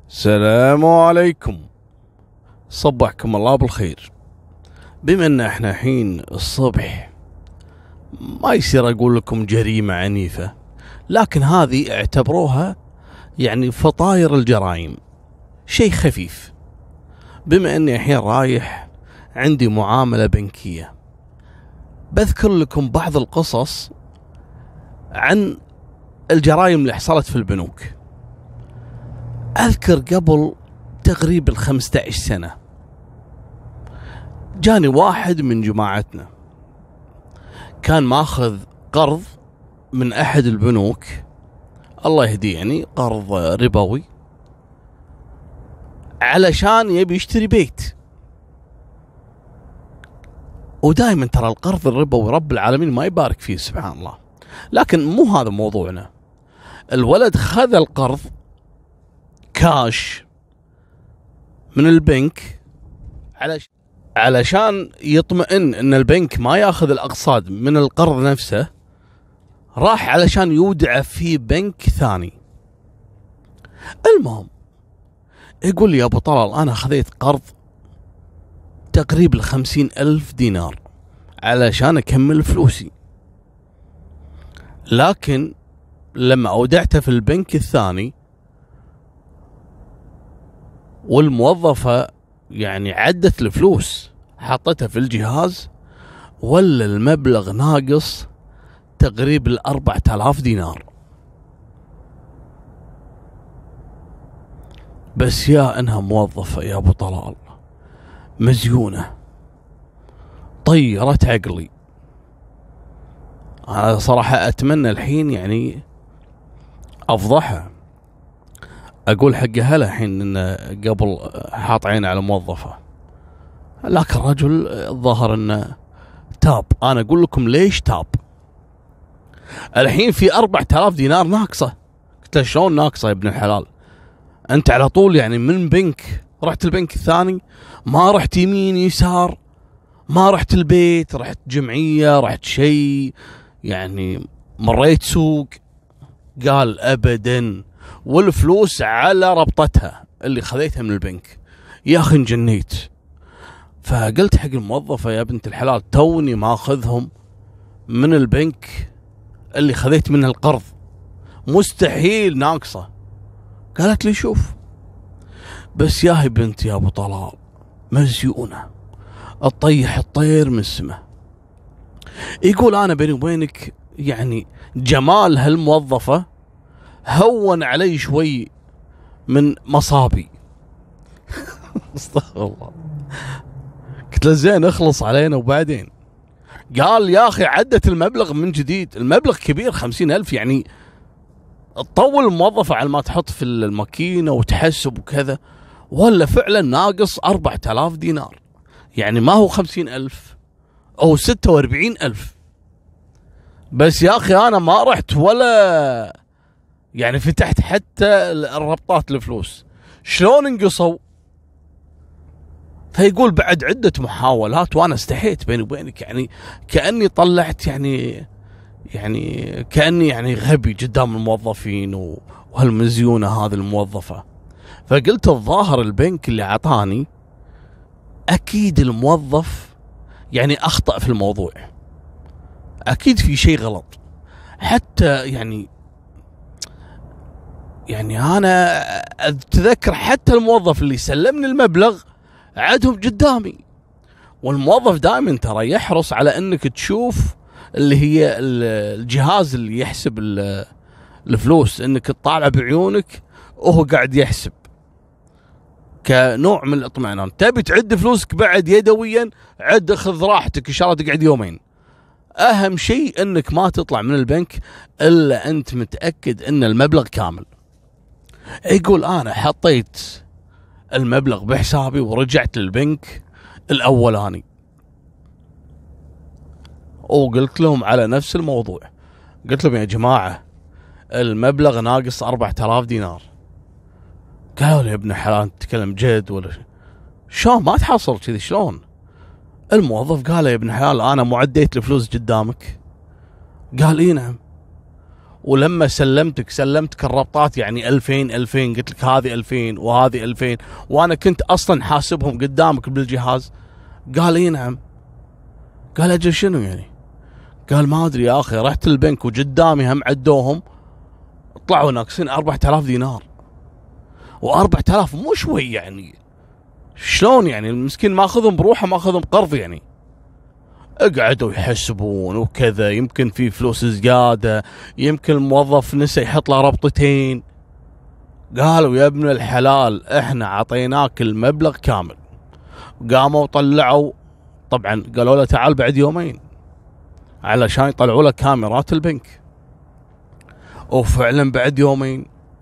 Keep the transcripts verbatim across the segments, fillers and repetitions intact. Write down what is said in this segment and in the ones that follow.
السلام عليكم، صبحكم الله بالخير. بما ان احنا حين الصبح ما يصير اقول لكم جريمة عنيفة، لكن هذه اعتبروها يعني فطاير الجرائم، شيء خفيف. بما اني الحين رايح عندي معاملة بنكية، بذكر لكم بعض القصص عن الجرائم اللي حصلت في البنوك. أذكر قبل تقريبا خمسة عشر سنة جاني واحد من جماعتنا كان ماخذ قرض من أحد البنوك، الله يهديه، يعني قرض ربوي علشان يبي يشتري بيت. ودائما ترى القرض الربوي رب العالمين ما يبارك فيه سبحان الله، لكن مو هذا موضوعنا. الولد خذ القرض كاش من البنك علش علشان يطمئن ان البنك ما ياخذ الاقساط من القرض نفسه، راح علشان يودعه في بنك ثاني. المهم يقول لي يا ابو طلال انا خذيت قرض تقريبا خمسين الف دينار علشان اكمل فلوسي، لكن لما اودعته في البنك الثاني والموظفة يعني عدت الفلوس حطتها في الجهاز، ولا المبلغ ناقص تقريبا الأربعة آلاف دينار. بس يا انها موظفة يا ابو طلال مزيونة، طيرت عقلي. انا صراحة اتمنى الحين يعني افضحها، اقول حق هلا الحين انه قبل حاط عينه على موظفة، لكن الرجل الظاهر انه تاب. انا اقول لكم ليش تاب. الحين في أربعة آلاف دينار ناقصة. قلت له شلون ناقصة يا ابن الحلال؟ انت على طول يعني من بنك رحت البنك الثاني، ما رحت يمين يسار، ما رحت البيت، رحت جمعية، رحت شيء، يعني مريت سوق؟ قال ابدا، والفلوس على ربطتها اللي خذيتها من البنك. يا اخي انجنيت. فقلت حق الموظفة يا بنت الحلال توني ماخذهم من البنك اللي خذيت منه القرض، مستحيل ناقصة. قالت لي شوف بس ياهي بنت يا ابو طلال مزيونة تطيح الطير من السماء. يقول انا بيني وبينك يعني جمال هالموظفة هون علي شوي من مصابي. استغفر الله. قلت له زين اخلص علينا وبعدين. قال يا اخي عدت المبلغ من جديد، المبلغ كبير خمسين الف، يعني تطول الموظفة على ما تحط في الماكينة وتحسب وكذا، ولا فعلا ناقص أربعة آلاف دينار، يعني ما هو خمسين الف او ستة واربعين الف. بس يا اخي انا ما رحت ولا يعني فتحت حتى الربطات الفلوس، شلون انقصوا؟ فيقول بعد عدة محاولات وانا استحيت بيني وبينك، يعني كأني طلعت يعني يعني كأني يعني غبي قدام الموظفين وهالمزيونة هذه الموظفة. فقلت الظاهر البنك اللي عطاني اكيد الموظف يعني اخطأ في الموضوع، اكيد في شيء غلط. حتى يعني يعني انا اتذكر حتى الموظف اللي سلمني المبلغ عدهم قدامي. والموظف دائما ترى يحرص على انك تشوف اللي هي الجهاز اللي يحسب الفلوس، انك تطالع بعيونك وهو قاعد يحسب كنوع من الاطمئنان. تبي تعد فلوسك بعد يدويا، عد، خذ راحتك، ان شاء الله تقعد يومين. اهم شيء انك ما تطلع من البنك الا انت متأكد ان المبلغ كامل. يقول انا حطيت المبلغ بحسابي ورجعت للبنك الاولاني وقلت لهم على نفس الموضوع. قلت لهم يا جماعة المبلغ ناقص أربعة آلاف دينار. قالوا لي يا ابن الحلال تتكلم جد ولا شلون ما تحصل كذي شلون؟ الموظف قال يا ابن الحلال انا معديت الفلوس قدامك. قال اي نعم. ولما سلمتك سلمتك الربطات يعني ألفين ألفين، قلت لك هذه ألفين وهذه ألفين، وانا كنت اصلا حاسبهم قدامك بالجهاز. قال اي نعم. قال اجل شنو يعني؟ قال ما ادري يا اخي، رحت البنك وقدامي هم عدوهم طلعوا ناقصين أربعة آلاف دينار. وأربعة آلاف مو شوي يعني، شلون يعني؟ المسكين ماخذهم بروحه، ماخذهم قرض يعني. اقعدوا يحسبون وكذا، يمكن في فلوس زياده، يمكن الموظف نسى يحط له ربطتين. قالوا يا ابن الحلال احنا عطيناك المبلغ كامل. قاموا طلعوا، طبعا قالوا له تعال بعد يومين علشان يطلعوا له كاميرات البنك، وفعلا بعد يومين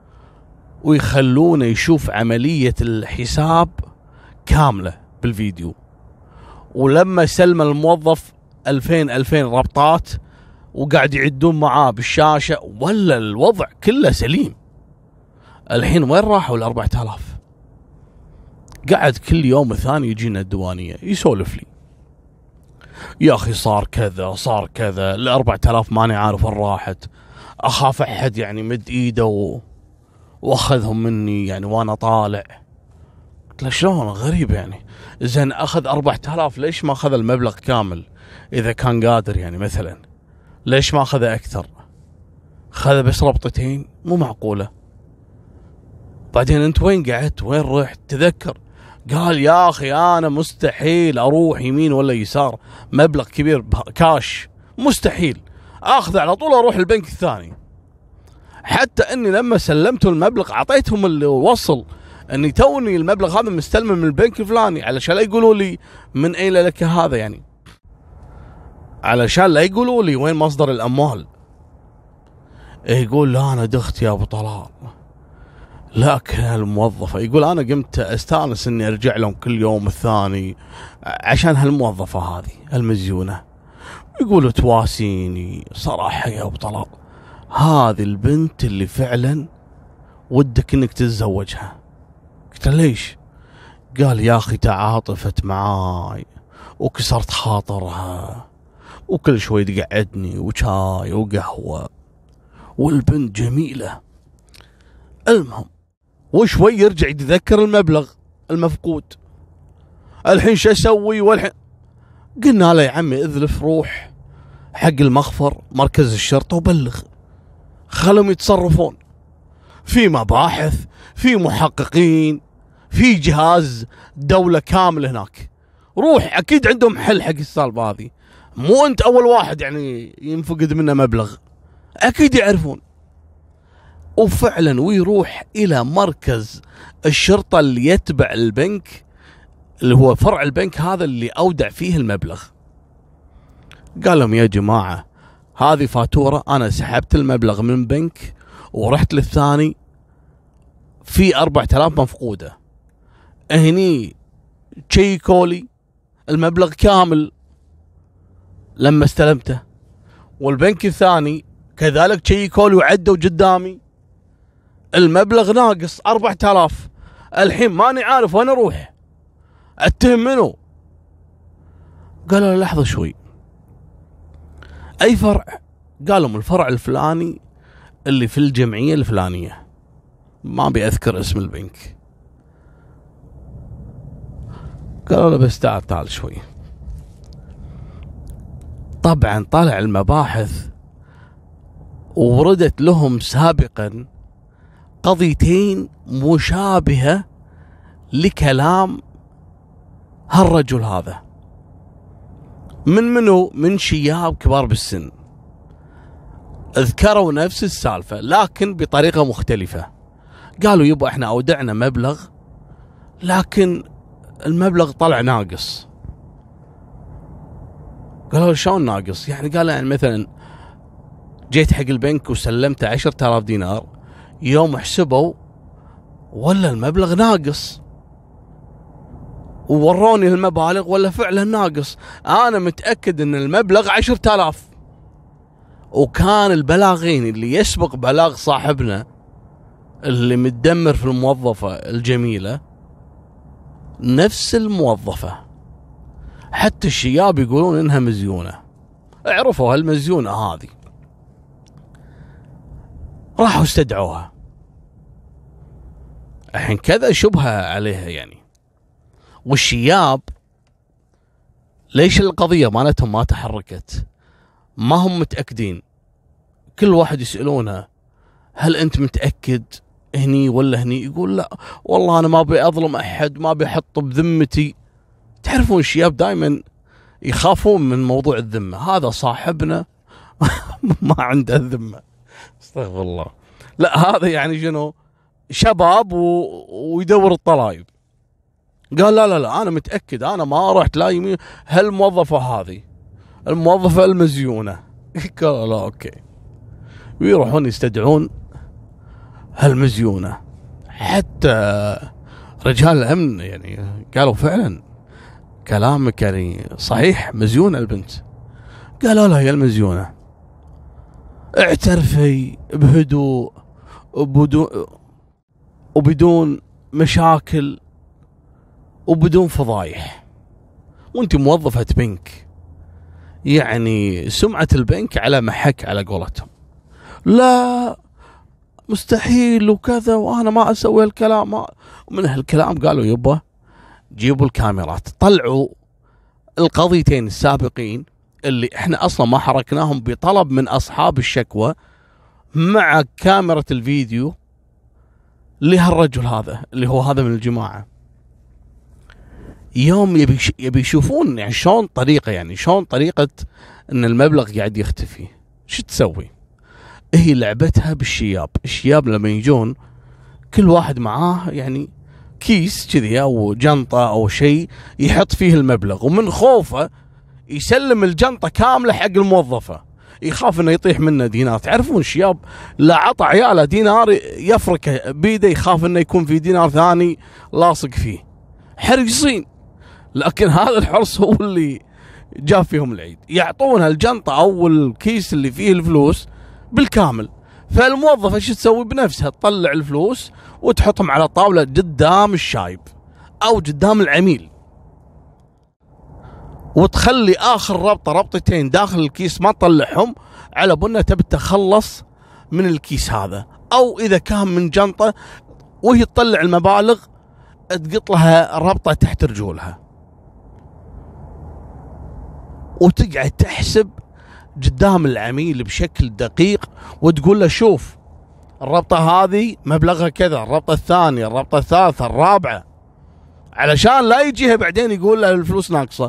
ويخلونه يشوف عملية الحساب كاملة بالفيديو. ولما سلم الموظف ألفين ألفين ربطات وقاعد يعدون معاه بالشاشة، ولا الوضع كله سليم. الحين وين راحوا الأربعة آلاف؟ قاعد كل يوم ثاني يجينا الديوانية يسولف لي، يا أخي صار كذا صار كذا، الأربعة آلاف ماني عارف وين راحت، أخاف أحد يعني مد إيده و... وأخذهم مني يعني وأنا طالع. قلت له شلون؟ غريب يعني. زين أخذ أربعة آلاف ليش ما أخذ المبلغ كامل؟ إذا كان قادر يعني مثلا ليش ما أخذ أكثر؟ خذ بس ربطتين؟ مو معقولة. بعدين أنت وين قعدت؟ وين رحت؟ تذكر. قال يا أخي أنا مستحيل أروح يمين ولا يسار، مبلغ كبير كاش مستحيل أخذ على طول أروح البنك الثاني. حتى أني لما سلمته المبلغ أعطيتهم اللي وصل أني توني المبلغ هذا مستلم من البنك الفلاني، علشان لا يقولوا لي من أين لك هذا يعني، علشان لا يقولوا لي وين مصدر الأموال. يقول لا أنا دخت يا أبو طلال. لكن الموظفة يقول أنا قمت أستانس أني أرجع لهم كل يوم الثاني عشان هالموظفة هذه المزيونة. يقولوا تواسيني صراحة يا أبو طلال، هذه البنت اللي فعلا ودك أنك تتزوجها. قلت ليش؟ قال يا أخي تعاطفت معاي وكسرت خاطرها وكل شوي تقعدني وشاي وقهوة، والبنت جميلة. المهم وشوي يرجع يتذكر المبلغ المفقود. الحين شو اسوي؟ والحين قلنا له يا عمي اذلف روح حق المخفر مركز الشرطة وبلغ، خلهم يتصرفون، في مباحث، في محققين، في جهاز دولة كامل هناك. روح اكيد عندهم حل حق السالفة هذه، مو انت اول واحد يعني ينفقد منه مبلغ، اكيد يعرفون. وفعلا ويروح الى مركز الشرطة اللي يتبع البنك، اللي هو فرع البنك هذا اللي اودع فيه المبلغ. قال لهم يا جماعة هذه فاتورة، انا سحبت المبلغ من بنك ورحت للثاني في أربعة آلاف مفقودة، هني تشيكولي المبلغ كامل لما استلمته، والبنك الثاني كذلك تشيكولي وعدوا قدامي المبلغ ناقص أربعة آلاف. الحين ماني عارف وين اروح، اتهم منو؟ قالوا له لحظة شوي، اي فرع؟ قالوا من الفرع الفلاني اللي في الجمعية الفلانية، ما بيأذكر اسم البنك. قالوا له بس تعال تعال شوي. طبعا طلع المباحث وردت لهم سابقا قضيتين مشابهة لكلام هالرجل هذا. من منو؟ من شياب كبار بالسن، اذكروا نفس السالفة لكن بطريقة مختلفة. قالوا يبا احنا اودعنا مبلغ لكن المبلغ طلع ناقص. قالوا شلون ناقص يعني؟ قال يعني مثلا جيت حق البنك وسلمت عشرة آلاف دينار، يوم حسبوا ولا المبلغ ناقص، ووروني المبالغ ولا فعلا ناقص. انا متأكد ان المبلغ عشرة آلاف، وكان البلاغين اللي يسبق بلاغ صاحبنا اللي متدمر في الموظفة الجميلة نفس الموظفة. حتى الشياب يقولون انها مزيونة، اعرفوا هالمزيونة هذه. راحوا استدعوها. الحين كذا شبهة عليها يعني. والشياب ليش القضية مالتهم ما تحركت؟ ما هم متأكدين. كل واحد يسألونه هل أنت متأكد هني ولا هني؟ يقول لا والله أنا ما أبي أظلم أحد، ما أبي أحط بذمتي. تعرفون الشياب دائما يخافون من موضوع الذمة. هذا صاحبنا ما عنده الذمة، استغفر الله. لا هذا يعني شنو، شباب و... ويدور الطلايب. قال لا لا لا أنا متأكد، أنا ما رحت لا يمين. هالموظفة هذه الموظفة المزيونة. قال لا أوكي. ويروحون يستدعون هالمزيونة. حتى رجال الأمن يعني قالوا فعلا كلامك يعني صحيح، مزيونة البنت. قالوا لها يا المزيونة اعترفي بهدوء وبدون وبدون مشاكل وبدون فضايح، وانت موظفة بنك، يعني سمعة البنك على محك على قولتهم. لا مستحيل وكذا وانا ما اسوي هالكلام. ومن هالكلام قالوا يبا جيبوا الكاميرات. طلعوا القضيتين السابقين اللي احنا اصلا ما حركناهم بطلب من اصحاب الشكوى، مع كاميرا الفيديو لهالرجل هذا اللي هو هذا من الجماعة. يوم يبي يبي يشوفون يعني شلون طريقة، يعني شلون طريقة ان المبلغ قاعد يختفي. شو تسوي؟ هي لعبتها بالشياب. الشياب لما يجون كل واحد معاه يعني كيس كذي او جنطة او شيء يحط فيه المبلغ، ومن خوفه يسلم الجنطة كاملة حق الموظفة، يخاف انه يطيح منه دينار. تعرفون الشياب لا عطى عياله دينار يفركه بيده، يخاف انه يكون في دينار ثاني لاصق فيه. حريصين. لكن هذا الحرص هو اللي جاب فيهم العيد. يعطونها الجنطة او الكيس اللي فيه الفلوس بالكامل. فالموظفة شو تسوي بنفسها؟ تطلع الفلوس وتحطهم على طاولة قدام الشايب او قدام العميل، وتخلي اخر ربطة ربطتين داخل الكيس ما تطلعهم على بنا تبي تخلص من الكيس هذا. او اذا كان من جنطة وهي تطلع المبالغ تقط لها ربطة تحت رجولها، وتقعد تحسب قدام العميل بشكل دقيق، وتقول له شوف الربطة هذه مبلغها كذا، الربطة الثانية، الربطة الثالثة، الرابعة، علشان لا يجيها بعدين يقول له الفلوس ناقصة.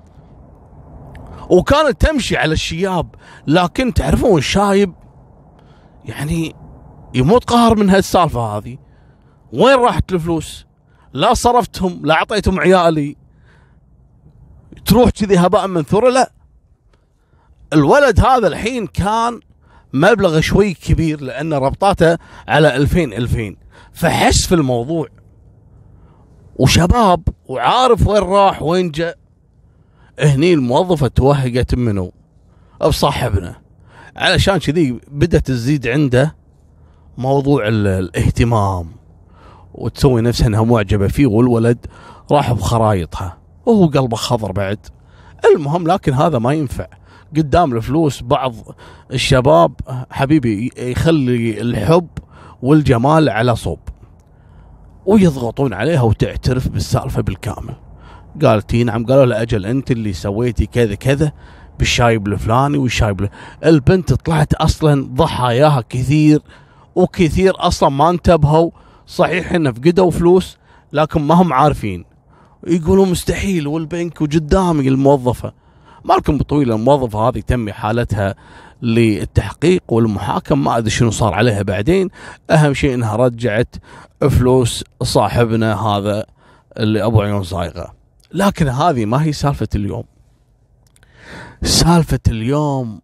وكانت تمشي على الشياب. لكن تعرفون الشايب يعني يموت قهر من هالسالفة هذه. وين راحت الفلوس؟ لا صرفتهم، لا عطيتهم عيالي، تروح كذي هباء منثورة. لا، الولد هذا الحين كان مبلغ شوي كبير لأن ربطاته على ألفين ألفين، فحس في الموضوع وشباب وعارف وين راح وين جاء. هني الموظفة توهقت منه بصاحبنا، علشان كذي بدأت تزيد عنده موضوع الاهتمام، وتسوي نفسها انها معجبة فيه، والولد راح بخرايطها وهو قلبه خضر بعد. المهم لكن هذا ما ينفع قدام الفلوس. بعض الشباب حبيبي يخلي الحب والجمال على صوب، ويضغطون عليها وتعترف بالسالفة بالكامل. قالت نعم. قالوا له أجل أنت اللي سويتي كذا كذا بالشايب الفلاني والشايب. البنت طلعت أصلا ضحاياها كثير وكثير أصلا ما انتبهوا. صحيح إنه فقدوا فلوس لكن ما هم عارفين، يقولوا مستحيل والبنك وقدامي الموظفة. مالكم بطويلة الموظفة هذه تم حالتها للتحقيق والمحاكم، ما أدري شنو صار عليها بعدين. أهم شيء إنها رجعت فلوس صاحبنا هذا اللي أبو عيون صايغة. لكن هذه ما هي سالفة اليوم. سالفة اليوم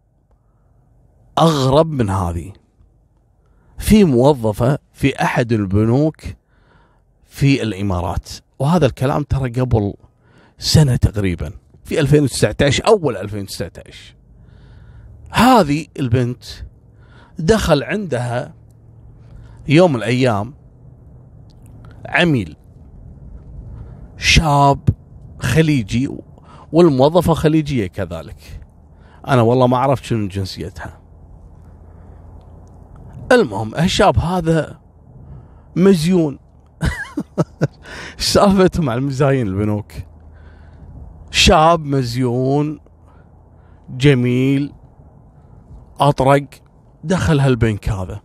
أغرب من هذه. في موظفة في أحد البنوك في الإمارات، وهذا الكلام ترى قبل سنة تقريبا في ألفين وتسعة عشر، أول ألفين وتسعة عشر. هذه البنت دخل عندها يوم من الأيام عميل شاب خليجي، والموظفة خليجية كذلك. أنا والله ما عرفت شنو جنسيتها. المهم الشاب هذا مزيون. سالفته مع المزاين البنوك؟ شاب مزيون جميل أطرق، دخل هالبنك هذا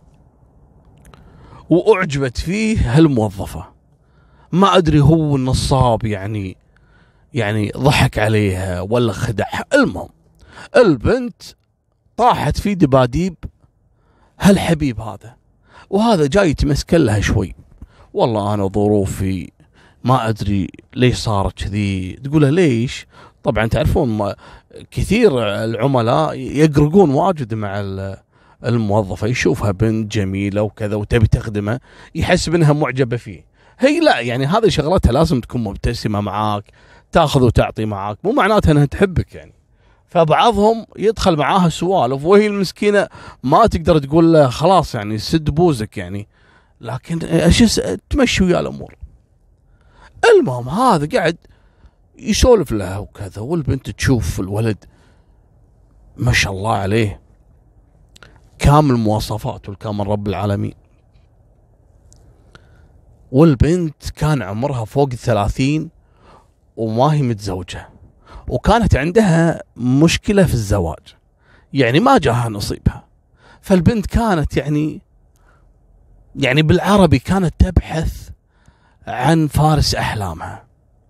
وأعجبت فيه هالموظفة. ما أدري هو النصاب يعني يعني ضحك عليها ولا خدعها. المهم البنت طاحت في دباديب هالحبيب هذا، وهذا جاي يتمسكن لها شوي. والله أنا ظروفي ما أدري ليش صارت كذي. تقوله ليش؟ طبعا تعرفون ما كثير العملاء يقرقون واجد مع الموظفة، يشوفها بنت جميلة وكذا وتبي تخدمه، يحسب انها معجبة فيه. هي لا، يعني هذه شغلتها لازم تكون مبتسمة معاك، تاخذ وتعطي معاك، مو معناتها انها تحبك يعني. فبعضهم يدخل معاها سوالف وهي المسكينة ما تقدر تقول له خلاص يعني سد بوزك يعني، لكن ايش تمشي ويا الامور. المهم هذا قاعد يسولف لها وكذا، والبنت تشوف الولد ما شاء الله عليه كامل مواصفات والكامل رب العالمين. والبنت كان عمرها فوق الثلاثين وما هي متزوجة، وكانت عندها مشكلة في الزواج، يعني ما جاها نصيبها. فالبنت كانت يعني يعني بالعربي كانت تبحث عن فارس أحلامها،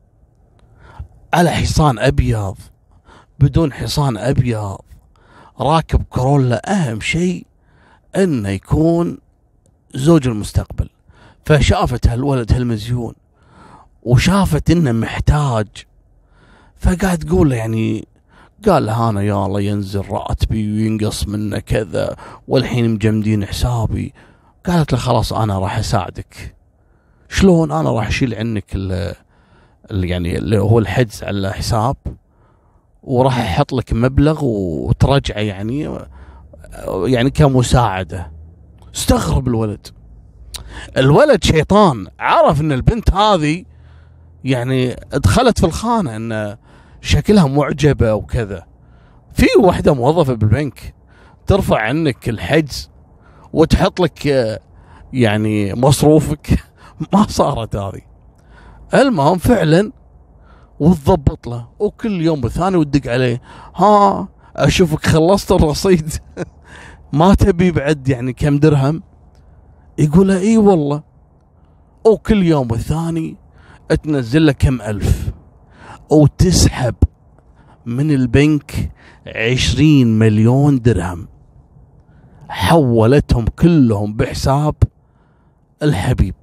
على حصان أبيض بدون حصان أبيض، راكب كورولا، أهم شيء أنه يكون زوج المستقبل. فشافت هالولد هالمزيون وشافت أنه محتاج، فقاعد تقول يعني قال لها أنا يا الله ينزل راتبي وينقص منه كذا والحين مجمدين حسابي. قالت له خلاص أنا راح أساعدك. شلون؟ أنا راح أشيل عنك اللي يعني اللي هو الحجز على الحساب، وراح أحط لك مبلغ وترجعه يعني يعني كمساعدة. استغرب الولد. الولد شيطان، عرف ان البنت هذه يعني دخلت في الخانة، ان شكلها معجبة وكذا. في واحدة موظفة بالبنك ترفع عنك الحجز وتحط لك يعني مصروفك؟ ما صارت هذه. المهم فعلا وتضبط له، وكل يوم بالثاني وتدق عليه، ها اشوفك خلصت الرصيد؟ ما تبي بعد يعني كم درهم؟ يقول له اي والله. وكل يوم بالثاني تنزل له كم الف، وتسحب من البنك عشرين مليون درهم، حولتهم كلهم بحساب الحبيب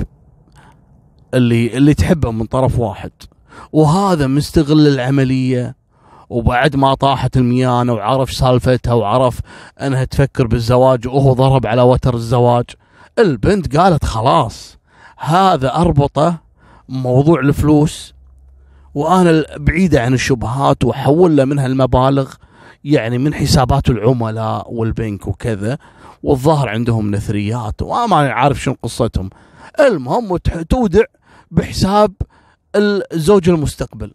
اللي اللي تحبه من طرف واحد. وهذا مستغل العملية، وبعد ما طاحت الميانة وعرف سالفتها وعرف انها تفكر بالزواج وهو ضرب على وتر الزواج، البنت قالت خلاص هذا اربطه موضوع الفلوس، وانا بعيدة عن الشبهات، وحول له منها المبالغ يعني من حسابات العملاء والبنك وكذا، والظاهر عندهم نثريات وما عارف شنو قصتهم. المهم تودع بحساب الزوج المستقبل.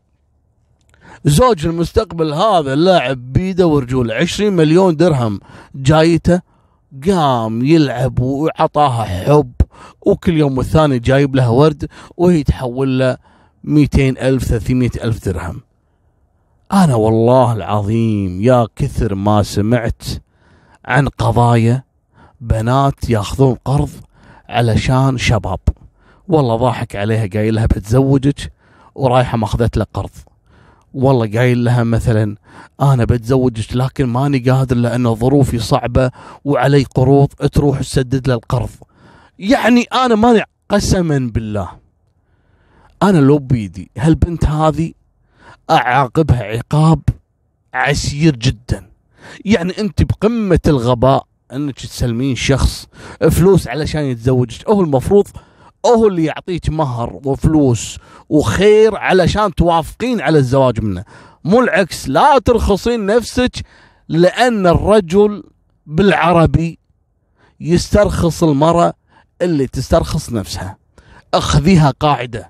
زوج المستقبل هذا لاعب بيده ورجوله، عشرين مليون درهم جايته، قام يلعب وعطاها حب، وكل يوم والثاني جايب لها ورد، وهي تحول له مئتين ألف ثلاثمئة ألف درهم. أنا والله العظيم يا كثر ما سمعت عن قضايا بنات ياخذون قرض علشان شباب، والله ضاحك عليها قايل لها بتزوجك ورايحة ماخذت له قرض، والله قايل لها مثلا أنا بتزوجك لكن ماني قادر لأن ظروفي صعبة وعلي قروض، تروح تسدد له القرض. يعني أنا ماني، قسما بالله أنا لو بيدي هالبنت هذه أعاقبها عقاب عسير جدا. يعني أنت بقمة الغباء أنك تسلمين شخص فلوس علشان يتزوجك، أو المفروض هو اللي يعطيك مهر وفلوس وخير علشان توافقين على الزواج منه، مو العكس. لا ترخصين نفسك، لأن الرجل بالعربي يسترخص المرأة اللي تسترخص نفسها. أخذيها قاعدة،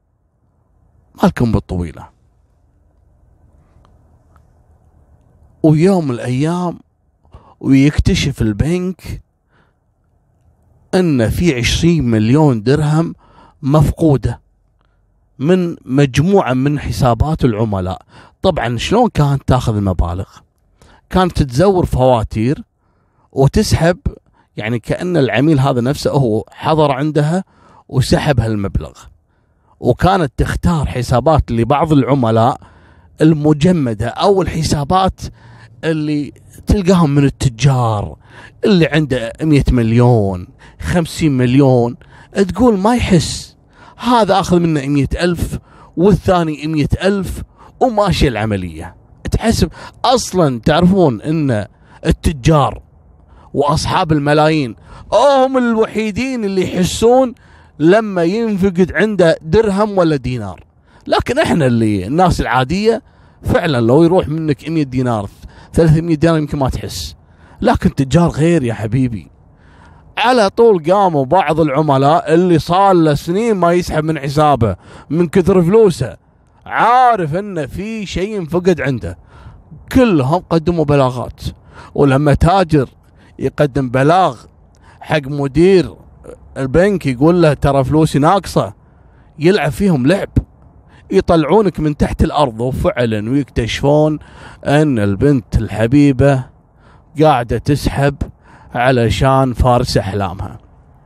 مالكم بالطويلة. ويوم من الأيام ويكتشف البنك ان في عشرين مليون درهم مفقودة من مجموعة من حسابات العملاء. طبعا شلون كانت تاخذ المبالغ؟ كانت تزور فواتير وتسحب، يعني كأن العميل هذا نفسه هو حضر عندها وسحب هالمبلغ. وكانت تختار حسابات لبعض العملاء المجمدة أو الحسابات اللي تلقاهم من التجار اللي عنده مية مليون خمسين مليون، تقول ما يحس هذا أخذ منه مية ألف والثاني مية ألف وماشي العملية. تحسب أصلا تعرفون أن التجار وأصحاب الملايين هم الوحيدين اللي يحسون لما ينفقد عنده درهم ولا دينار. لكن احنا اللي الناس العادية فعلا لو يروح منك مية دينار ثلاثمية دينار يمكن ما تحس، لكن التجار غير يا حبيبي. على طول قاموا بعض العملاء اللي صار له سنين ما يسحب من حسابه من كثر فلوسه، عارف انه في شيء انفقد عنده، كلهم قدموا بلاغات. ولما تاجر يقدم بلاغ حق مدير البنك يقول له ترى فلوسي ناقصة، يلعب فيهم لعب، يطلعونك من تحت الأرض. وفعلا ويكتشفون أن البنت الحبيبة قاعدة تسحب علشان فارس أحلامها.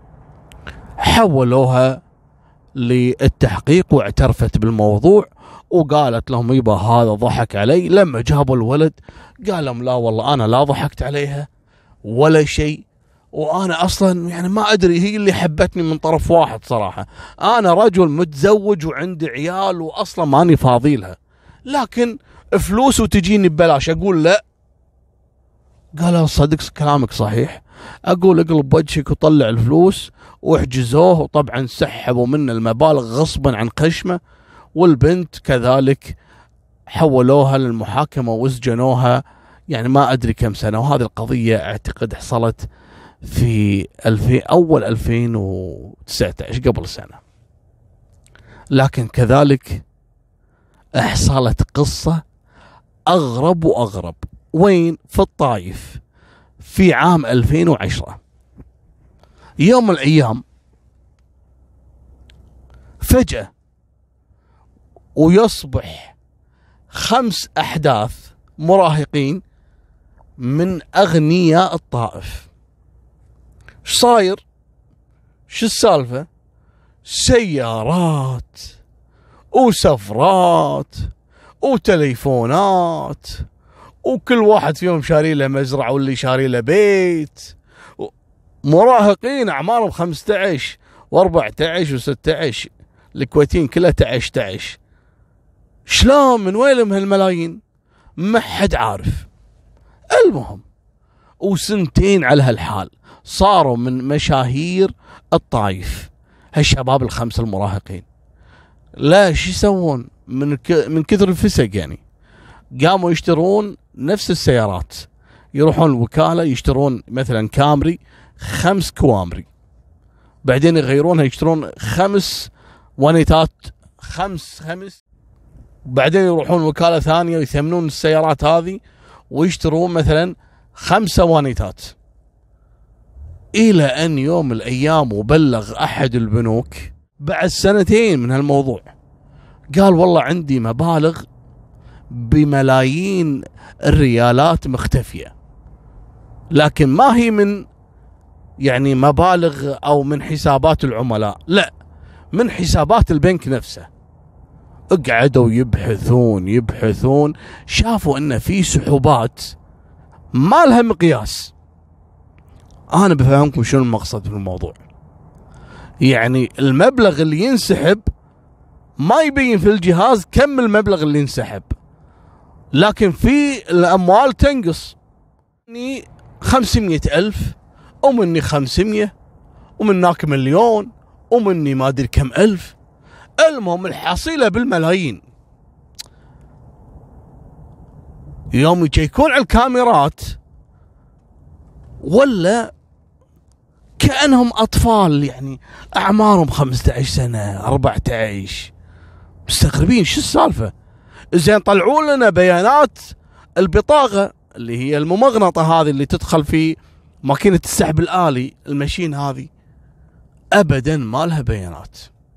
حولوها للتحقيق واعترفت بالموضوع وقالت لهم يبا هذا ضحك علي. لما جابوا الولد قال لهم لا والله أنا لا ضحكت عليها ولا شيء، وأنا أصلا يعني ما أدري، هي اللي حبتني من طرف واحد صراحة. أنا رجل متزوج وعندي عيال وأصلا ماني فاضي لها، لكن فلوس وتجيني ببلاش أقول لا. قال صدق كلامك صحيح. أقول اقلب وجهك وطلع الفلوس، واحجزوه. وطبعا سحبوا منه المبالغ غصبا عن خشمه. والبنت كذلك حولوها للمحاكمة وسجنوها يعني ما أدري كم سنة. وهذه القضية أعتقد حصلت في ألفين أول ألفين وتسعة عشر قبل سنة. لكن كذلك حصلت قصة أغرب وأغرب. وين؟ في الطائف في عام ألفين وعشرة. يوم من الأيام فجأة ويصبح خمس أحداث مراهقين من أغنياء الطائف. ايش صاير؟ شو السالفة؟ سيارات وسفرات وتليفونات، وكل واحد فيهم شاري له مزرعة واللي شاري له بيت. مراهقين أعمارهم خمسة عشر وأربعة عشر وستة عشر، الكويتين كلها تعش تعش. شلون من وين لهم هالملايين؟ ما حد عارف. المهم وسنتين على هالحال صاروا من مشاهير الطايف هالشباب الخمسة المراهقين. لا شو يسوون من من كثر الفسق يعني؟ قاموا يشترون نفس السيارات، يروحون الوكالة يشترون مثلا كامري خمس كوامري، بعدين يغيرونها يشترون خمس وانيتات خمس خمس، بعدين يروحون وكالة ثانية ويثمنون السيارات هذه ويشترون مثلا خمسة وانيتات. إلى أن يوم من الأيام وبلغ أحد البنوك بعد سنتين من هالموضوع، قال والله عندي مبالغ بملايين الريالات مختفية، لكن ما هي من يعني مبالغ أو من حسابات العملاء، لا من حسابات البنك نفسه. اقعدوا يبحثون يبحثون شافوا ان في سحوبات ما لها مقياس. انا بفهمكم شنو المقصد في الموضوع. يعني المبلغ اللي ينسحب ما يبين في الجهاز كم المبلغ اللي ينسحب، لكن في الاموال تنقص. مني خمسمية الف ومني خمسمية ومناك مليون ومني ما ادري كم الف. المهم الحصيلة بالملايين. يوم يشيكون على الكاميرات ولا كأنهم أطفال يعني أعمارهم خمسة عشر سنة أربعة عشر، مستغربين شو السالفة. زين طلعوا لنا بيانات البطاقة اللي هي الممغنطة هذه اللي تدخل في ماكينة السحب الآلي المشين هذه، ابدا ما لها بيانات.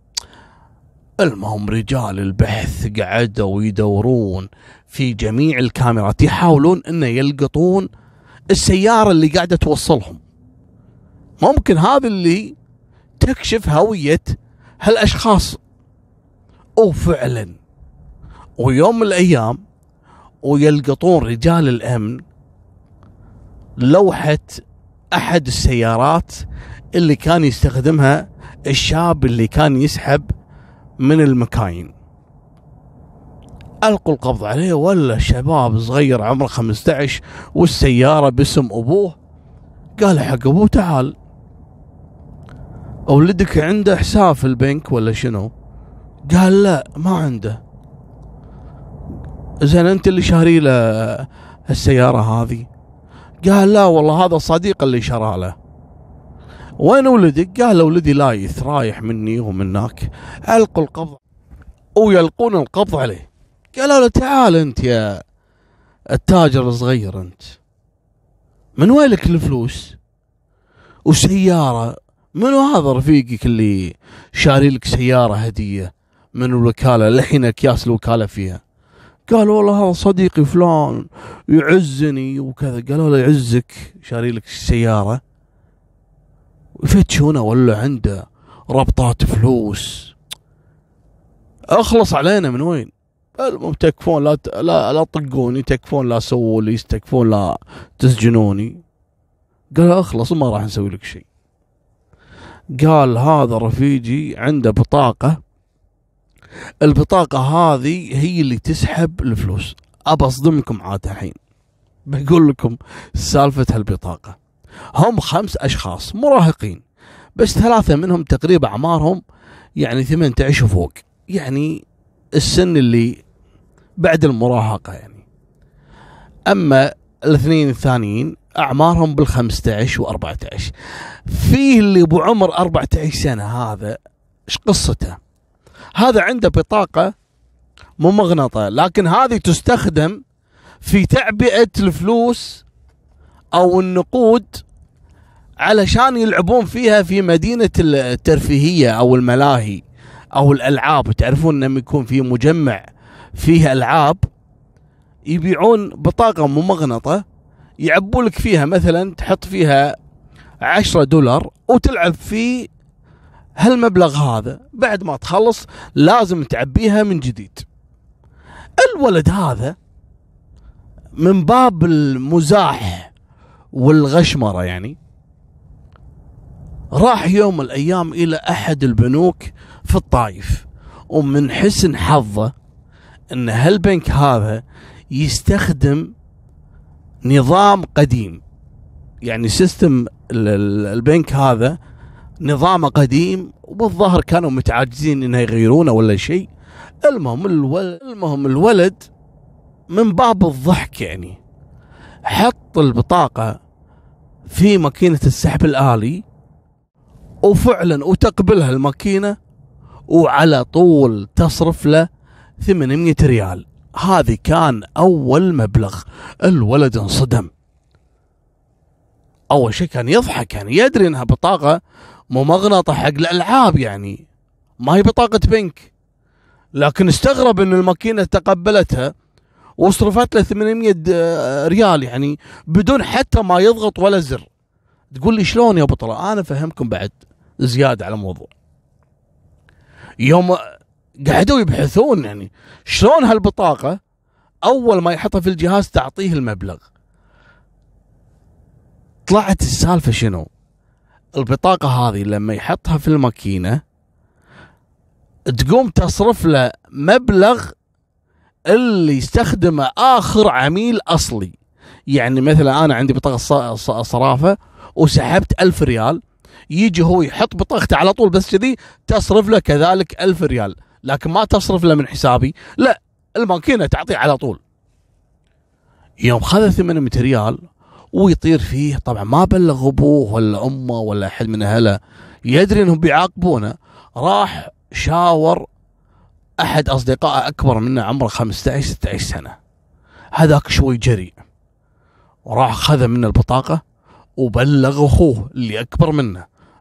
المهم رجال البحث قعدوا يدورون في جميع الكاميرات يحاولون انه يلقطون السيارة اللي قاعدة توصلهم، ممكن هذا اللي تكشف هوية هالاشخاص. وفعلا ويوم من الايام ويلقطون رجال الامن لوحة احد السيارات اللي كان يستخدمها الشاب اللي كان يسحب من المكاين. ألقوا القبض عليه، ولا شباب صغير عمره خمسة عشر والسيارة باسم أبوه. قال حق أبوه تعال أولدك عنده حساب في البنك ولا شنو؟ قال لا ما عنده. زين أنت اللي شاري له السيارة هذه؟ قال لا والله هذا صديق اللي شرى له. وين ولدك؟ قال ولدي لايث رايح مني ومنك. ألقوا القبض ويلقون القبض عليه. قالوا له تعال انت يا التاجر الصغير، انت من وين لك الفلوس وسيارة؟ منو هذا رفيقك اللي شاري لك سيارة هدية من الوكالة لحين اكياس الوكالة فيها؟ قال والله هذا صديقي فلان يعزني وكذا. قالوا له يعزك شاري لك السيارة؟ يفتشونه ولا عنده ربطات فلوس. اخلص علينا من وين؟ المهم تكفون لا لا لا تطقوني، تكفون لا سووا لي، تكفون لا تسجنوني. قال اخلص ما راح نسوي لك شيء. قال هذا رفيجي عنده بطاقة، البطاقة هذه هي اللي تسحب الفلوس. ابى اصدمكم عاد الحين، بقول لكم سالفة هالبطاقة. هم خمس اشخاص مراهقين، بس ثلاثة منهم تقريبا اعمارهم يعني ثمانية عشر وفوق، يعني السن اللي بعد المراهقة يعني. اما الاثنين الثانيين اعمارهم بالخمسة عشر واربعة عشر. فيه اللي ابو عمر اربعة عشر سنة، هذا ايش قصته؟ هذا عنده بطاقة ممغنطة، لكن هذه تستخدم في تعبئة الفلوس او النقود علشان يلعبون فيها في مدينة الترفيهية او الملاهي او الالعاب. تعرفون لما يكون في مجمع فيه العاب يبيعون بطاقة ممغنطة يعبوا لك فيها، مثلا تحط فيها عشرة دولار وتلعب في هالمبلغ هذا، بعد ما تخلص لازم تعبيها من جديد. الولد هذا من باب المزاح والغشمرة يعني راح يوم من الأيام إلى أحد البنوك في الطائف، ومن حسن حظه أن هالبنك هذا يستخدم نظام قديم، يعني سيستم البنك هذا نظامه قديم، وبالظاهر كانوا متعاجزين انه يغيرونه ولا شيء. المهم الولد المهم الولد من باب الضحك يعني حط البطاقة في ماكينة السحب الآلي، وفعلا وتقبلها الماكينة وعلى طول تصرف له ثمانمية ريال. هذه كان أول مبلغ. الولد انصدم. أول شيء كان يضحك، يعني يدري أنها بطاقة ممغنطة حق الألعاب، يعني ما هي بطاقة بنك، لكن استغرب أن الماكينة تقبلتها وصرفت له ثمانمية ريال يعني بدون حتى ما يضغط ولا زر. تقول لي شلون يا بطلة؟ أنا فهمكم بعد زيادة على الموضوع. يوم قعدوا يبحثون يعني شلون هالبطاقة أول ما يحطها في الجهاز تعطيه المبلغ. طلعت السالفة شنو؟ البطاقة هذه لما يحطها في الماكينة تقوم تصرف له مبلغ اللي يستخدمه آخر عميل أصلي. يعني مثلا أنا عندي بطاقة صرافة وسحبت ألف ريال، يجي هو يحط بطاقته على طول بس كذي تصرف له كذلك ألف ريال، لكن ما تصرف له من حسابي، لا الماكينة تعطيه على طول. يوم خذ ثمانمية ريال ويطير فيه، طبعا ما بلغ أبوه ولا أمه ولا أحد من أهله، يدري أنهم بيعاقبونه. راح شاور أحد أصدقائه أكبر منه عمره خمسة عشر ستة عشر سنة، هذاك شوي جريء وراح خذ منه البطاقة وبلغ أخوه اللي أكبر منه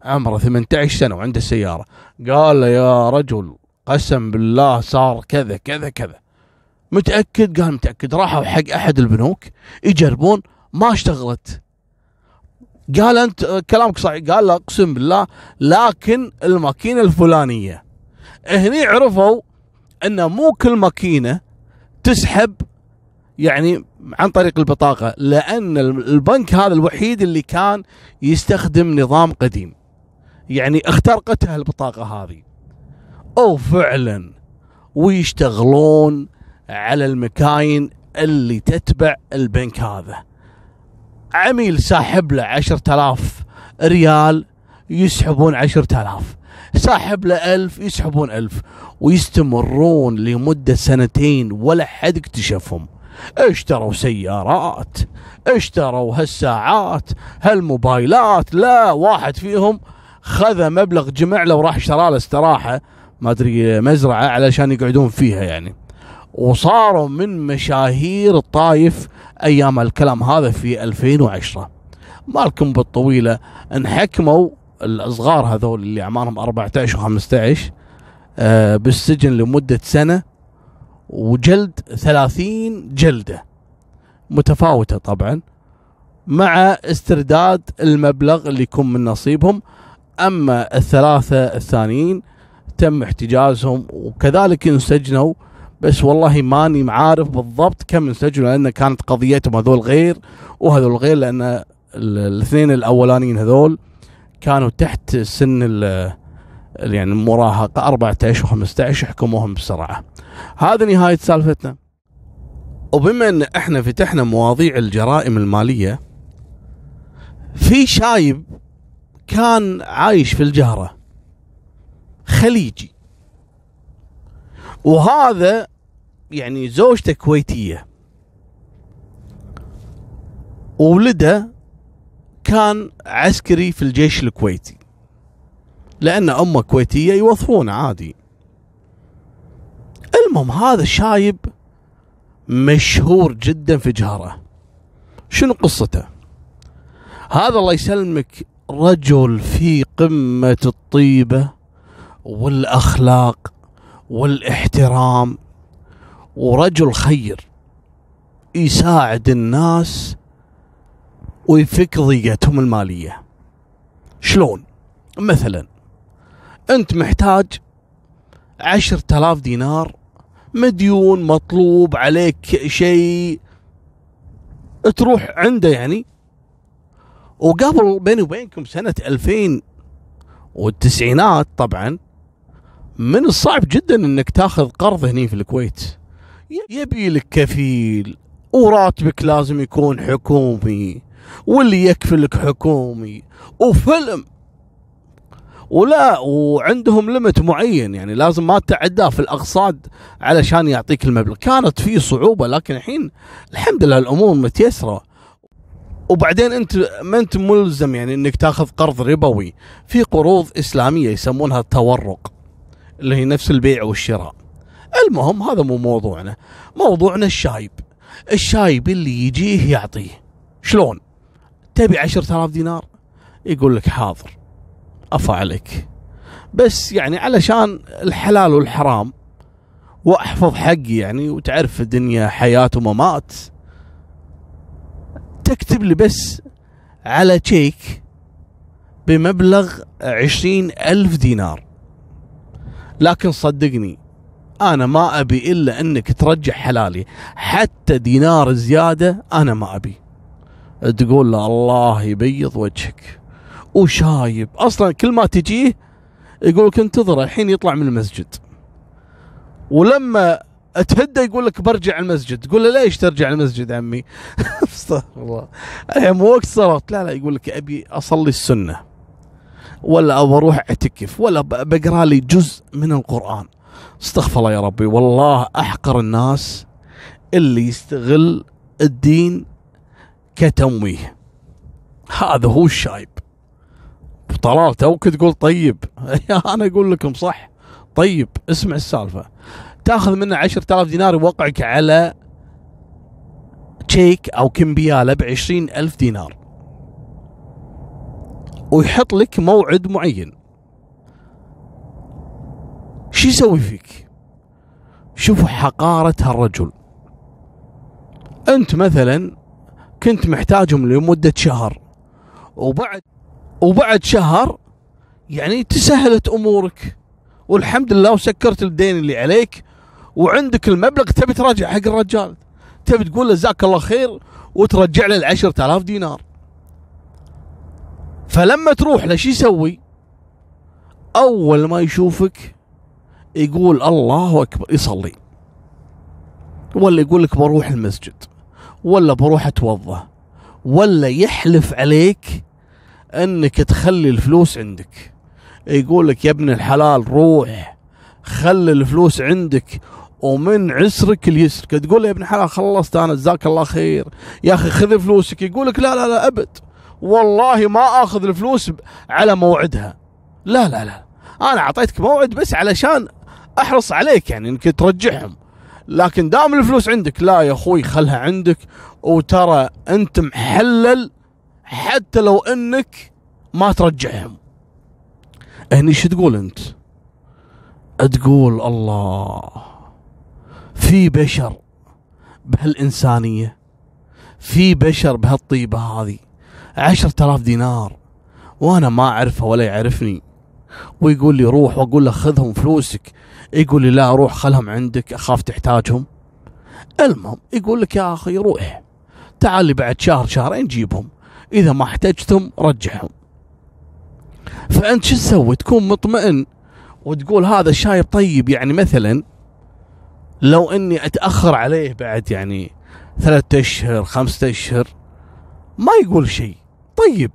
عمره ثمانية عشر سنة وعنده سيارة، قال له يا رجل قسم بالله صار كذا كذا كذا. متأكد؟ قال متأكد. راحوا حق أحد البنوك يجربون، ما اشتغلت. قال أنت كلامك صحيح. قال له أقسم بالله لكن الماكينة الفلانية. هني عرفوا أن مو كل ماكينة تسحب يعني عن طريق البطاقة، لأن البنك هذا الوحيد اللي كان يستخدم نظام قديم، يعني اخترقتها البطاقة هذه. أو فعلا ويشتغلون على المكاين اللي تتبع البنك هذا. عميل ساحب له عشرة آلاف ريال يسحبون عشرة آلاف، ساحب له ألف يسحبون ألف، ويستمرون لمدة سنتين ولا حد اكتشفهم. اشتروا سيارات، اشتروا هالساعات، هالموبايلات. لا، واحد فيهم خذ مبلغ جمع له وراح اشترى له استراحة ما ادري مزرعة علشان يقعدون فيها يعني، وصاروا من مشاهير الطايف ايام الكلام هذا في ألفين وعشرة. مالكم بالطويلة انحكموا الصغار هذول اللي اعمارهم أربعة عشر وخمسة عشر آه بالسجن لمدة سنة وجلد ثلاثين جلدة متفاوتة طبعا، مع استرداد المبلغ اللي يكون من نصيبهم. اما الثلاثة الثانيين تم احتجازهم وكذلك انسجنوا، بس والله ماني معارف بالضبط كم انسجنوا، لان كانت قضيتهم هذول غير وهذول غير، لان الاثنين الاولانيين هذول كانوا تحت سن يعني المراهقة أربعة عشر وخمسة عشر، حكموهم بسرعة. هذا نهاية سالفتنا. وبما ان احنا فتحنا مواضيع الجرائم المالية، في شايب كان عايش في الجهرة خليجي، وهذا يعني زوجته كويتية، وولده كان عسكري في الجيش الكويتي، لأن أمه كويتية يوظفون عادي. المهم هذا الشايب مشهور جدا في جهره. شنو قصته؟ هذا الله يسلمك رجل في قمة الطيبة والأخلاق والاحترام، ورجل خير يساعد الناس ويفك ضيقتهم المالية. شلون؟ مثلا أنت محتاج عشرة آلاف دينار، مديون، مطلوب عليك شيء، تروح عنده يعني. وقبل بيني وبينكم سنة ألفين والتسعينات طبعا من الصعب جدا انك تاخذ قرض هني في الكويت، يبي لك كفيل، وراتبك لازم يكون حكومي، واللي يكفلك حكومي، وفيلم، ولا وعندهم ليمت معين يعني لازم ما تتعداه في الاقساط علشان يعطيك المبلغ. كانت في صعوبة، لكن الحين الحمد لله الامور متيسرة. وبعدين انت ما انت ملزم يعني انك تاخذ قرض ربوي، في قروض اسلامية يسمونها التورق اللي هي نفس البيع والشراء. المهم هذا مو موضوعنا، موضوعنا الشايب. الشايب اللي يجيه يعطيه. شلون؟ تبي عشرة آلاف دينار؟ يقول لك حاضر أفا عليك، بس يعني علشان الحلال والحرام وأحفظ حقي يعني، وتعرف الدنيا حياة وممات، تكتب لي بس على تشيك بمبلغ عشرين ألف دينار. لكن صدقني أنا ما أبي إلا أنك ترجع حلالي، حتى دينار زيادة أنا ما أبي. تقول له الله يبيض وجهك. وشايب أصلا كل ما تجيه يقولك انتظر الحين يطلع من المسجد، ولما تهدى يقول لك برجع المسجد. تقول له ليش ترجع المسجد عمي؟ استغفر الله، الحين مو وقت صلاة. لا لا، يقول لك أبي أصلي السنة، ولا أبى أروح أعتكف، ولا بقرأ لي جزء من القرآن. استغفر الله يا ربي. والله أحقر الناس اللي يستغل الدين كتمويه. هذا هو الشايب. طلال توك تقول طيب أنا أقول لكم صح. طيب اسمع السالفة، تاخذ منه عشرة آلاف دينار يوقعك على تشيك أو كمبيالة بعشرين ألف دينار. ويحط لك موعد معين، شو يسوي فيك؟ شوفوا حقارة هالرجل. انت مثلا كنت محتاجهم لمدة شهر، وبعد وبعد شهر يعني تسهلت امورك والحمد لله، وسكرت الدين اللي عليك، وعندك المبلغ تبي تراجع حق الرجال، تبي تقول له جزاك الله خير وترجع له العشرة آلاف دينار. فلما تروح له شو يسوي؟ اول ما يشوفك يقول الله اكبر، يصلي، ولا يقول لك بروح المسجد، ولا بروح اتوضا، ولا يحلف عليك انك تخلي الفلوس عندك. يقول لك يا ابن الحلال روح خلي الفلوس عندك ومن عسرك اليسر. تقول له يا ابن الحلال خلصت انا جزاك الله خير يا اخي خذ فلوسك، يقول لك لا لا لا ابد، والله ما اخذ الفلوس على موعدها، لا لا لا انا اعطيتك موعد بس علشان احرص عليك يعني انك ترجعهم، لكن دام الفلوس عندك لا يا اخوي خلها عندك، وترى انت محلل حتى لو انك ما ترجعهم. هني شو تقول انت؟ تقول الله، في بشر بهالإنسانية، في بشر بهالطيبة هذه، عشرة آلاف دينار وانا ما اعرفه ولا يعرفني، ويقول لي روح، واقول له خذهم فلوسك، يقول لي لا روح خلهم عندك اخاف تحتاجهم. المهم يقول لك يا اخي روح تعال لي بعد شهر شهرين جيبهم، اذا ما احتجتهم رجعهم. فانت شو تسوي؟ تكون مطمئن وتقول هذا شايب طيب. يعني مثلا لو اني اتاخر عليه بعد يعني ثلاثة اشهر خمسة اشهر ما يقول شيء، طيب،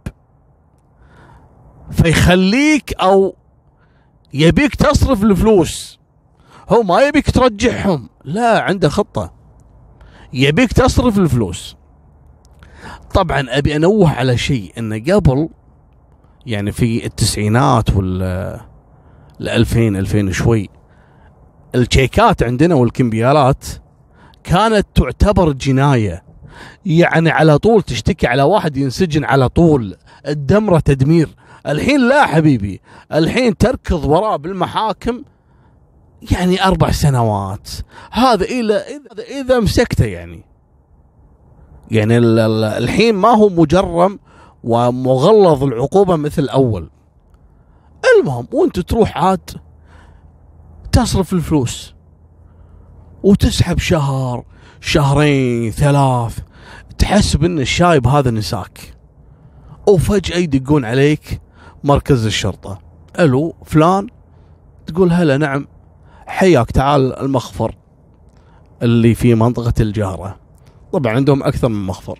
فيخليك او يبيك تصرف الفلوس، هو ما يبيك ترجعهم، لا عنده خطة، يبيك تصرف الفلوس. طبعا ابي انوه على شيء، انه قبل يعني في التسعينات وال الألفين ألفين شوي، الشيكات عندنا والكمبيالات كانت تعتبر جناية، يعني على طول تشتكي على واحد ينسجن على طول، الدمرة تدمير. الحين لا حبيبي، الحين تركض وراه بالمحاكم يعني أربع سنوات، هذا إذا إذا مسكته يعني يعني الحين ما هو مجرم ومغلظ العقوبة مثل الأول. المهم وانت تروح عاد تصرف الفلوس وتسحب شهر شهرين ثلاث، تحسب ان الشايب هذا نساك، وفجأة يدقون عليك مركز الشرطة، الو فلان، تقول هلا نعم حياك تعال المخفر اللي في منطقة الجارة. طبعا عندهم اكثر من مخفر،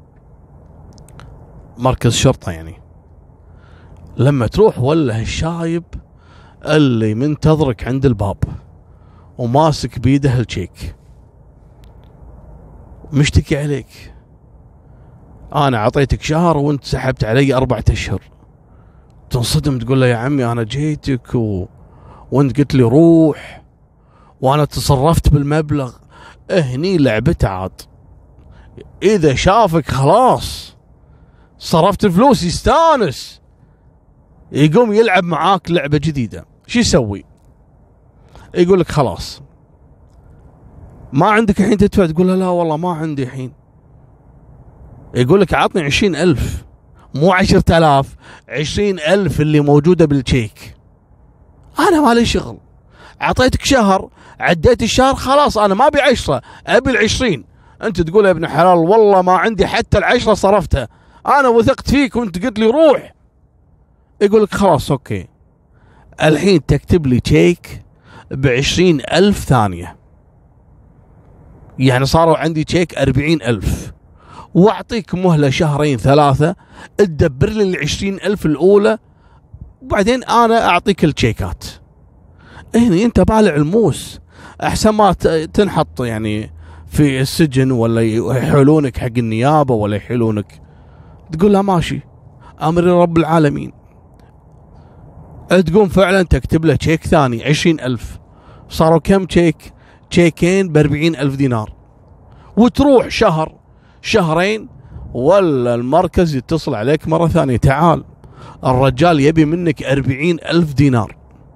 مركز شرطة يعني. لما تروح ولا الشايب اللي منتظرك عند الباب وماسك بيده الشيك مشتكي عليك، انا اعطيتك شهر وانت سحبت علي اربعة اشهر. تنصدم تقول له يا عمي انا جيتك و... وانت قلت لي روح وانا تصرفت بالمبلغ. هني لعبته عاد، اذا شافك خلاص صرفت الفلوس يستانس، يقوم يلعب معاك لعبة جديدة. شو يسوي؟ يقول لك خلاص ما عندك الحين تدفع، تقول له لا والله ما عندي الحين. يقول لك عطني عشرين ألف، مو عشرة آلاف، عشرين ألف اللي موجودة بالتشيك. أنا مالي شغل، أعطيتك شهر، عديت الشهر خلاص أنا ما أبي عشرة، أبي العشرين. أنت تقول يا ابن حلال والله ما عندي حتى العشرة صرفتها، أنا وثقت فيك وأنت قلت لي روح. يقول لك خلاص أوكي، الحين تكتب لي تشيك بعشرين ألف ثانية، يعني صاروا عندي تشيك أربعين ألف، واعطيك مهلة شهرين ثلاثة تدبر لي العشرين ألف الأولى، وبعدين أنا أعطيك التشيكات. هنا أنت بالع الموس، أحسن ما تنحط يعني في السجن ولا يحولونك حق النيابة ولا يحولونك. تقول لا ماشي أمر رب العالمين، تقوم فعلا تكتب له تشيك ثاني عشرين ألف، صاروا كم تشيك؟ تشيكين بأربعين ألف دينار. وتروح شهر شهرين ولا المركز يتصل عليك مرة ثانية، تعال الرجال يبي منك أربعين ألف دينار.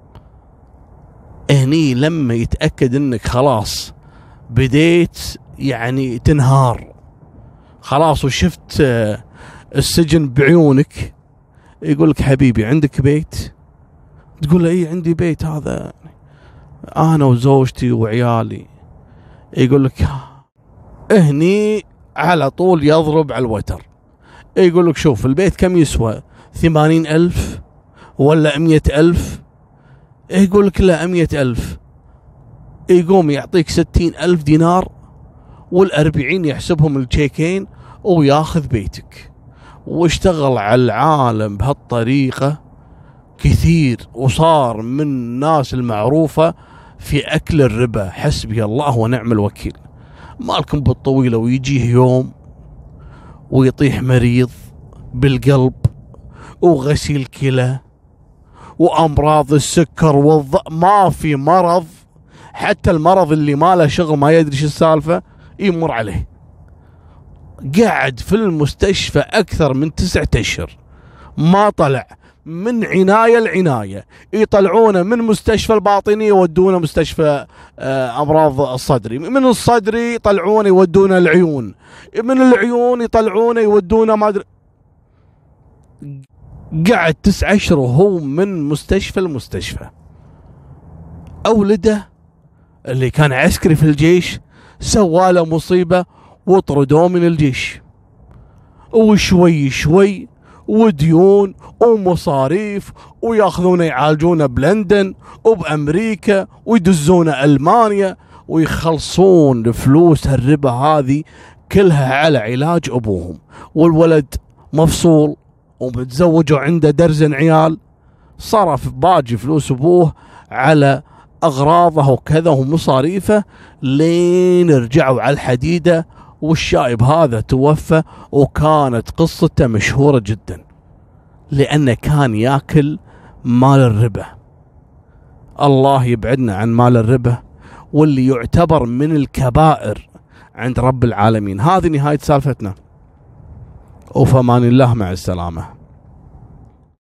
هني لما يتأكد انك خلاص بديت يعني تنهار خلاص وشفت السجن بعيونك، يقول لك حبيبي عندك بيت؟ تقول له اي عندي بيت، هذا انا وزوجتي وعيالي. يقول لك هني على طول يضرب على الوتر، يقول لك شوف البيت كم يسوى؟ ثمانين ألف ولا مية ألف؟ يقول لك لا مية ألف. يقوم يعطيك ستين ألف دينار والأربعين يحسبهم التشيكين وياخذ بيتك. واشتغل على العالم بهالطريقة كثير، وصار من الناس المعروفة في أكل الربا. حسبي الله ونعم الوكيل. مالكم بالطويلة ويجيه يوم ويطيح مريض بالقلب وغسيل كلى وأمراض السكر والضغط، ما في مرض حتى المرض اللي ما له شغل ما يدري شو السالفة يمر عليه. قاعد في المستشفى أكثر من تسعة أشهر ما طلع، من عناية لعناية. يطلعونه من مستشفى الباطني يودونه مستشفى أمراض الصدري، من الصدري يطلعونه يودونه العيون، من العيون يطلعونه يودونه ما أدري. قعد تسعة أشهر وهو من مستشفى المستشفى. أولده اللي كان عسكري في الجيش سواله مصيبة وطردوه من الجيش، وشوي شوي وديون ومصاريف، وياخذونه يعالجونه بلندن وبأمريكا ويدزونه ألمانيا، ويخلصون فلوس الربا هذه كلها على علاج أبوهم. والولد مفصول ومتزوج وعنده درزن عيال، صرف باجي فلوس أبوه على أغراضه وكذا ومصاريفه لين رجعوا على الحديدة، والشايب هذا توفى. وكانت قصته مشهورة جدا لأنه كان ياكل مال الربا. الله يبعدنا عن مال الربا واللي يعتبر من الكبائر عند رب العالمين. هذه نهاية سالفتنا، وفمان الله، مع السلامة.